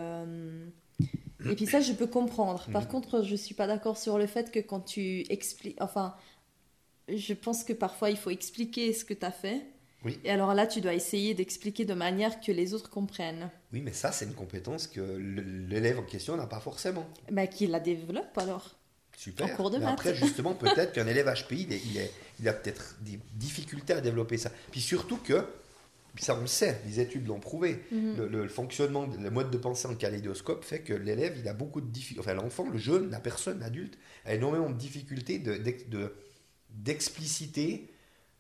ça, je peux comprendre. Par contre, je ne suis pas d'accord sur le fait que quand tu expliques... Enfin, je pense que parfois, il faut expliquer ce que tu as fait. Oui. Et alors là, tu dois essayer d'expliquer de manière que les autres comprennent. Oui, mais ça, c'est une compétence que l'élève en question n'a pas forcément. Mais qu'il la développe, alors. Super. En cours de maths. Après, justement, peut-être qu'un élève HPI, il a peut-être des difficultés à développer ça. Puis surtout que, ça on le sait, les études l'ont prouvé, le fonctionnement, le mode de pensée en kaléidoscope fait que l'élève, il a beaucoup de difficultés, enfin l'enfant, le jeune, la personne, l'adulte, a énormément de difficultés d'expliciter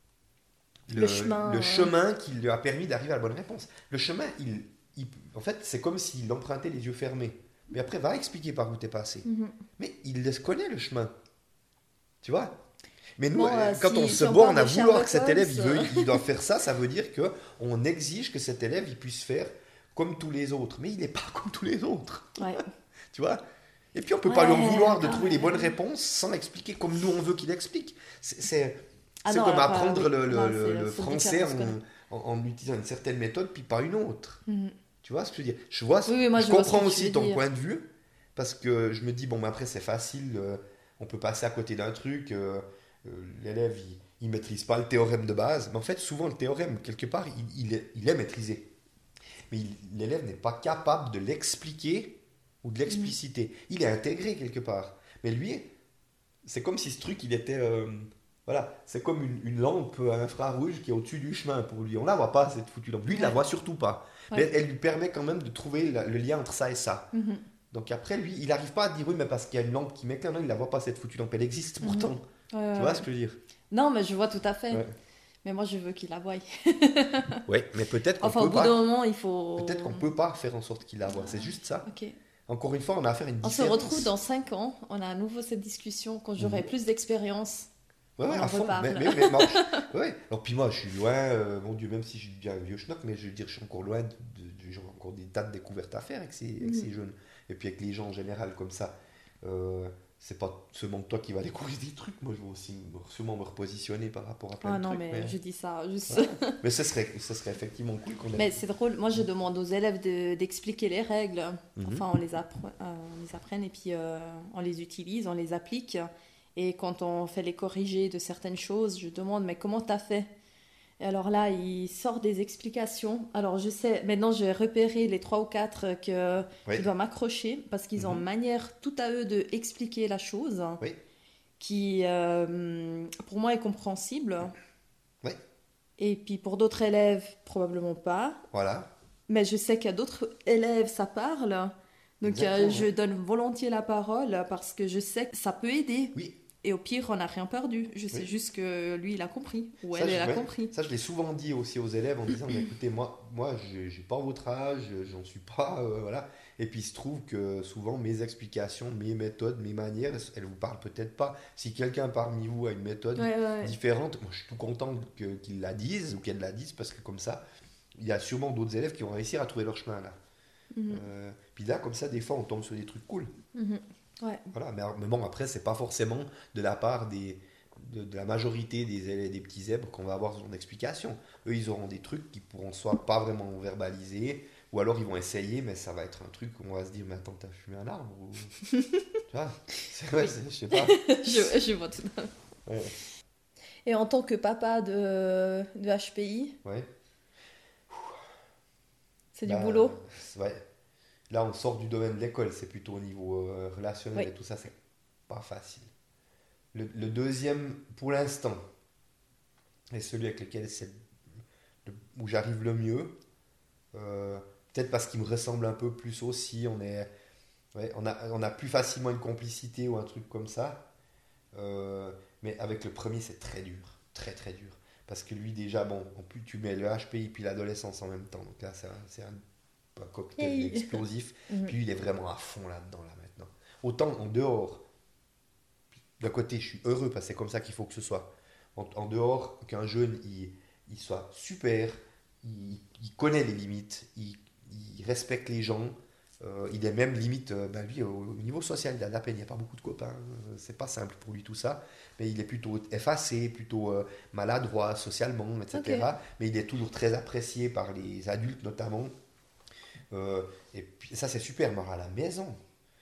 le chemin qui lui a permis d'arriver à la bonne réponse. Le chemin, en fait, c'est comme s'il empruntait les yeux fermés. Mais après, va expliquer par où t'es passé. Mais il connaît le chemin. Tu vois ? Mais nous, quand on se borne à vouloir que cet élève, il doit faire ça, ça veut dire qu'on exige que cet élève, il puisse faire comme tous les autres. Mais il n'est pas comme tous les autres. Ouais. Tu vois ? Et puis, on ne peut pas lui en vouloir de trouver les bonnes réponses sans expliquer comme nous, on veut qu'il explique. C'est comme apprendre le français en utilisant une certaine méthode, puis pas une autre. Tu vois ce que je veux dire ? Je comprends aussi ton point de vue, parce que je me dis, bon, mais après, c'est facile, on peut passer à côté d'un truc, l'élève, il ne maîtrise pas le théorème de base, mais en fait, souvent, le théorème, quelque part, il est maîtrisé. Mais l'élève n'est pas capable de l'expliquer ou de l'expliciter. Il est intégré quelque part. Mais lui, c'est comme si ce truc, il était... Voilà, c'est comme une lampe à infrarouge qui est au-dessus du chemin pour lui. On ne la voit pas, cette foutue lampe. Lui, il ne la voit surtout pas. Mais elle lui permet quand même de trouver le lien entre ça et ça. Donc après, lui, il n'arrive pas à dire oui, mais parce qu'il y a une lampe qui m'éclaire. Non, il ne la voit pas, cette foutue lampe. Elle existe pourtant. Tu vois ce que je veux dire ? Non, mais je vois tout à fait. Ouais. Mais moi, je veux qu'il la voie. Oui, mais peut-être qu'on peut pas. Enfin, au bout d'un moment, il faut... Peut-être qu'on ne peut pas faire en sorte qu'il la voie. C'est juste ça. Okay. Encore une fois, on a affaire à une différence. On se retrouve dans 5 ans. On a à nouveau cette discussion. Quand j'aurai plus d'expérience, on en reparle. Mais ouais. Alors, puis moi, je suis loin, mon Dieu, même si je suis un vieux schnock, mais je veux dire, je suis encore loin j'ai encore des tas de découvertes à faire avec ces jeunes. Et puis avec les gens en général, comme ça. C'est pas seulement toi qui vas découvrir des trucs. Moi, je vais aussi sûrement me repositionner par rapport à plein de trucs. Mais je dis ça juste... Ouais. Mais ce serait effectivement cool qu'on ait... Mais c'est drôle. Moi, je demande aux élèves d'expliquer les règles. Enfin, on les apprenne et puis on les utilise, on les applique. Et quand on fait les corriger de certaines choses, je demande, mais comment t'as fait ? Et alors là, il sort des explications. Alors je sais, maintenant j'ai repéré les 3 ou 4 que je dois m'accrocher parce qu'ils ont une manière tout à eux d'expliquer la chose qui, pour moi, est compréhensible. Oui. Et puis pour d'autres élèves, probablement pas. Voilà. Mais je sais qu'il y a d'autres élèves, ça parle. Donc je donne volontiers la parole parce que je sais que ça peut aider. Oui. Et au pire, on n'a rien perdu. Je sais juste que lui, il a compris. Ou elle a compris. Ça, je l'ai souvent dit aussi aux élèves en disant, mais écoutez, moi j'ai pas votre âge, j'en suis pas, voilà. Et puis, il se trouve que souvent, mes explications, mes méthodes, mes manières, elles vous parlent peut-être pas. Si quelqu'un parmi vous a une méthode différente, moi, je suis tout content qu'il la dise ou qu'elle la dise, parce que comme ça, il y a sûrement d'autres élèves qui vont réussir à trouver leur chemin, là. Puis là, comme ça, des fois, on tombe sur des trucs cool. Ouais. Voilà, mais bon, après, c'est pas forcément de la part de la majorité des élèves, des petits zèbres qu'on va avoir ce genre d'explication. Eux, ils auront des trucs qui pourront soit pas vraiment verbaliser, ou alors ils vont essayer, mais ça va être un truc où on va se dire, mais attends, t'as fumé un arbre ou... Tu vois, je sais pas. je vois tout à fait. Ouais. Et en tant que papa de HPI, c'est du boulot. Ouais. Là, on sort du domaine de l'école, c'est plutôt au niveau relationnel et tout ça, c'est pas facile. Le deuxième, pour l'instant, est celui avec lequel où j'arrive le mieux, Peut-être parce qu'il me ressemble un peu plus aussi. On a plus facilement une complicité ou un truc comme ça. Mais avec le premier, c'est très dur. Très, très dur. Parce que lui, déjà, bon, en plus, tu mets le HPI puis l'adolescence en même temps. Donc là, c'est un cocktail explosif. Puis lui, il est vraiment à fond là-dedans, là, maintenant. Autant en dehors, d'un côté, je suis heureux parce que c'est comme ça qu'il faut que ce soit. En dehors, qu'un jeune, il soit super, il connaît les limites, il respecte les gens. Il est même limite, lui, au niveau social, il a de la peine, il n'y a pas beaucoup de copains, c'est pas simple pour lui tout ça, mais il est plutôt effacé, plutôt maladroit socialement, etc. Okay. Mais il est toujours très apprécié par les adultes notamment. Et puis ça c'est super, mais à la maison,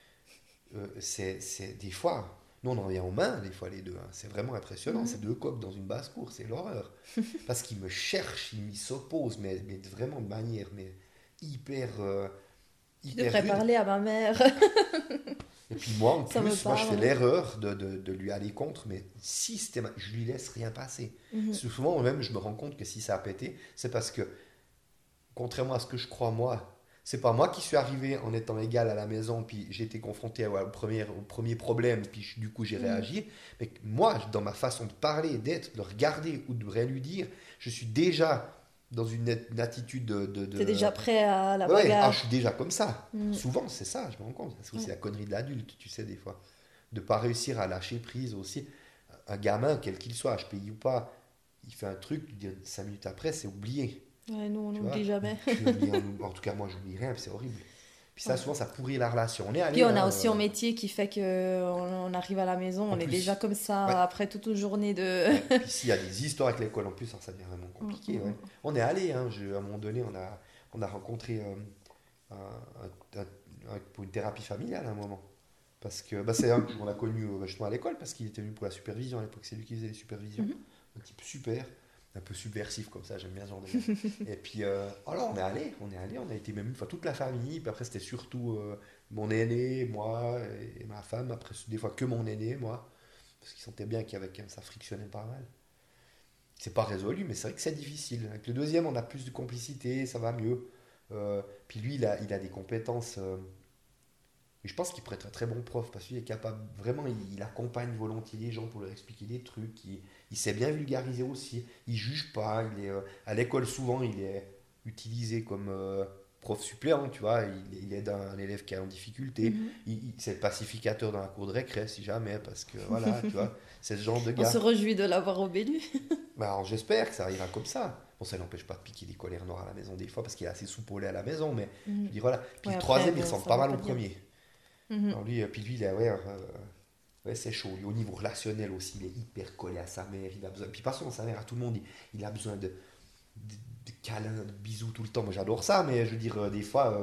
c'est des fois, nous on en vient aux mains des fois les deux, hein. C'est vraiment impressionnant, c'est deux coqs dans une basse-cour, c'est l'horreur. Parce qu'il me cherche, il s'oppose, mais vraiment de manière hyper... Tu devrais parler à ma mère. Et puis moi, en plus, moi, je fais l'erreur de lui aller contre, mais systématiquement, je lui laisse rien passer. Souvent, même, je me rends compte que si ça a pété, c'est parce que, contrairement à ce que je crois moi, c'est pas moi qui suis arrivé en étant égal à la maison, puis j'ai été confronté au premier problème, puis du coup, j'ai réagi. Mais moi, dans ma façon de parler, d'être, de regarder ou de rien lui dire, je suis déjà... dans une attitude de... T'es déjà prêt à la bagarre. Je suis déjà comme ça. Souvent, c'est ça, je me rends compte. C'est la connerie de l'adulte, tu sais, des fois. De ne pas réussir à lâcher prise aussi. Un gamin, quel qu'il soit, je paye ou pas, il fait un truc, 5 minutes après, c'est oublié. Ouais, nous, on n'oublie jamais. En tout cas, moi, j'oublie rien, c'est horrible. Puis ça, souvent, ça pourrit la relation. Puis on a aussi un métier qui fait qu'on arrive à la maison, on est déjà comme ça après toute une journée de... Puis s'il y a des histoires avec l'école en plus, ça devient vraiment compliqué. On est allé, à un moment donné, on a rencontré pour une thérapie familiale à un moment. Parce que c'est un qu'on a connu justement à l'école, parce qu'il était venu pour la supervision à l'époque, c'est lui qui faisait les supervisions. Un type super, un peu subversif comme ça, j'aime bien ce genre de gars. Et puis, alors on est allé, on a été même une fois toute la famille, puis après c'était surtout mon aîné, moi et ma femme, après des fois que mon aîné, moi, parce qu'il sentait bien qu'avec ça frictionnait pas mal. C'est pas résolu, mais c'est vrai que c'est difficile. Avec le deuxième, on a plus de complicité, ça va mieux. Puis lui, il a des compétences... Et je pense qu'il pourrait être un très bon prof parce qu'il est capable, vraiment, il accompagne volontiers les gens pour leur expliquer des trucs. Il sait bien vulgariser aussi. Il juge pas. À l'école, souvent, il est utilisé comme prof suppléant, tu vois. Il aide un élève qui est en difficulté. C'est le pacificateur dans la cour de récré, si jamais, parce que voilà, tu vois, c'est ce genre de gars. On se réjouit de l'avoir obéi. Alors, j'espère que ça ira comme ça. Bon, ça n'empêche pas de piquer des colères noires à la maison des fois parce qu'il est assez soupaulé à la maison, mais je dis voilà. Puis le troisième, il ressemble pas mal au premier. Alors lui, c'est chaud. Lui, au niveau relationnel aussi, il est hyper collé à sa mère. Il a besoin, puis pas seulement sa mère, à tout le monde, il a besoin de câlins, de bisous tout le temps. Moi, j'adore ça, mais je veux dire, des fois,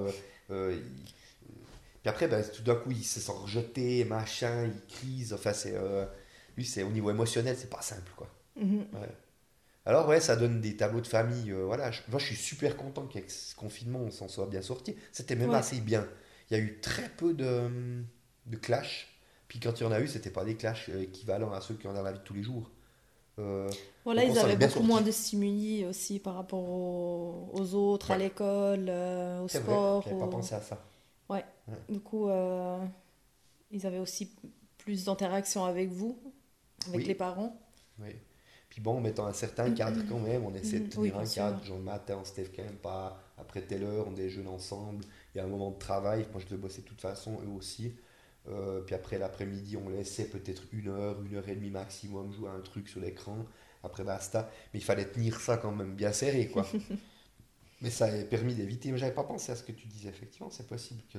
puis après, tout d'un coup, il se sent rejeté, machin, il crise. Enfin, lui, c'est au niveau émotionnel, c'est pas simple, quoi. Alors, ça donne des tableaux de famille. Moi, je suis super content qu'avec ce confinement, on s'en soit bien sorti. C'était même assez bien. Il y a eu très peu de clashs. Puis quand il y en a eu, c'était pas des clashs équivalents à ceux qu'il y en a dans la vie de tous les jours. Ils avaient beaucoup moins de stimuli aussi par rapport aux autres, à l'école, au sport. J'avais pas pensé à ça. Du coup, ils avaient aussi plus d'interaction avec vous, avec les parents. Oui. Puis bon, en mettant un certain cadre quand même, on essaie de tenir un cadre. Genre le matin, on se lève quand même pas après telle heure, on déjeune ensemble. Il y a un moment de travail, moi je devais bosser de toute façon, eux aussi. Puis après l'après-midi, on laissait peut-être 1 heure, 1h30 maximum jouer à un truc sur l'écran. Après basta. Mais il fallait tenir ça quand même bien serré, quoi. Mais ça a permis d'éviter. Mais j'avais pas pensé à ce que tu disais, effectivement. C'est possible que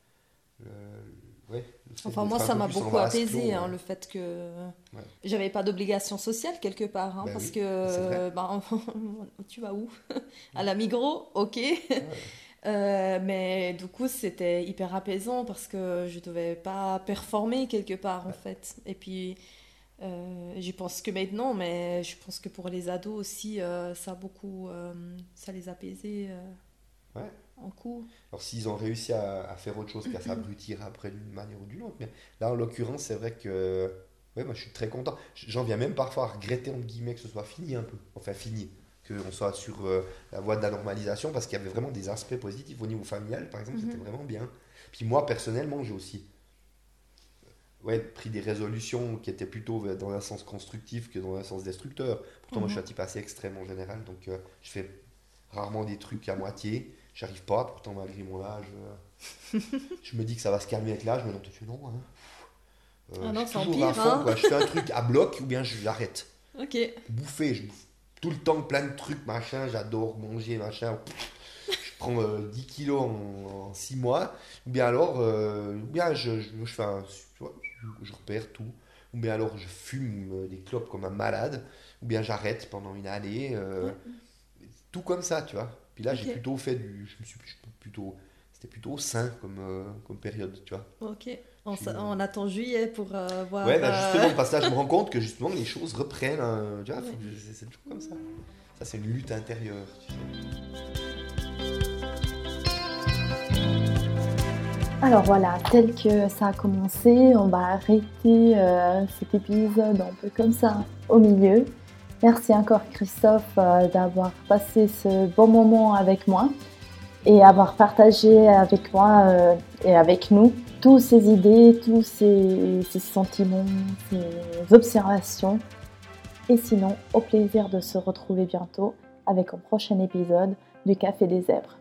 enfin, moi, ça m'a beaucoup apaisé, le fait que j'avais pas d'obligation sociale quelque part. Parce que, tu vas où? À la Migros, ok. Mais du coup, c'était hyper apaisant parce que je devais pas performer quelque part, en fait. Et puis, je pense que maintenant, mais je pense que pour les ados aussi, ça a beaucoup, ça les a apaisés. En cours. Alors s'ils ont réussi à faire autre chose qu'à s'abrutir après d'une manière ou d'une autre, mais là en l'occurrence c'est vrai que moi je suis très content, j'en viens même parfois à regretter entre guillemets que ce soit fini un peu, enfin fini, que qu'on soit sur la voie de la normalisation, parce qu'il y avait vraiment des aspects positifs au niveau familial, par exemple, c'était vraiment bien. Puis moi, personnellement, j'ai aussi pris des résolutions qui étaient plutôt dans un sens constructif que dans un sens destructeur. Pourtant, moi, je suis un type assez extrême en général, donc je fais rarement des trucs à moitié. J'arrive pas, pourtant, malgré mon âge, je me dis que ça va se calmer avec l'âge, mais non, tu non. Non, je c'est suis toujours à empire, fond, quoi. Je fais un truc à bloc ou bien j'arrête. Ok. Bouffer, je bouffe tout le temps plein de trucs, machin, j'adore manger, machin. Je prends 10 kilos en 6 mois, ou bien alors, je fais tu vois, je repère tout, ou bien alors je fume des clopes comme un malade, ou bien j'arrête pendant une année, tout comme ça, tu vois. Puis là, j'ai plutôt fait c'était plutôt sain comme période, tu vois. Ok. On attend juillet pour voir. Ouais, justement, parce que là, je me rends compte que justement, les choses reprennent. Tu vois, c'est toujours comme ça. Ça, c'est une lutte intérieure, tu sais. Alors voilà, tel que ça a commencé, on va arrêter cet épisode un peu comme ça, au milieu. Merci encore Christophe d'avoir passé ce bon moment avec moi et avoir partagé avec moi et avec nous toutes ces idées, tous ces sentiments, ces observations. Et sinon, au plaisir de se retrouver bientôt avec un prochain épisode du Café des Zèbres.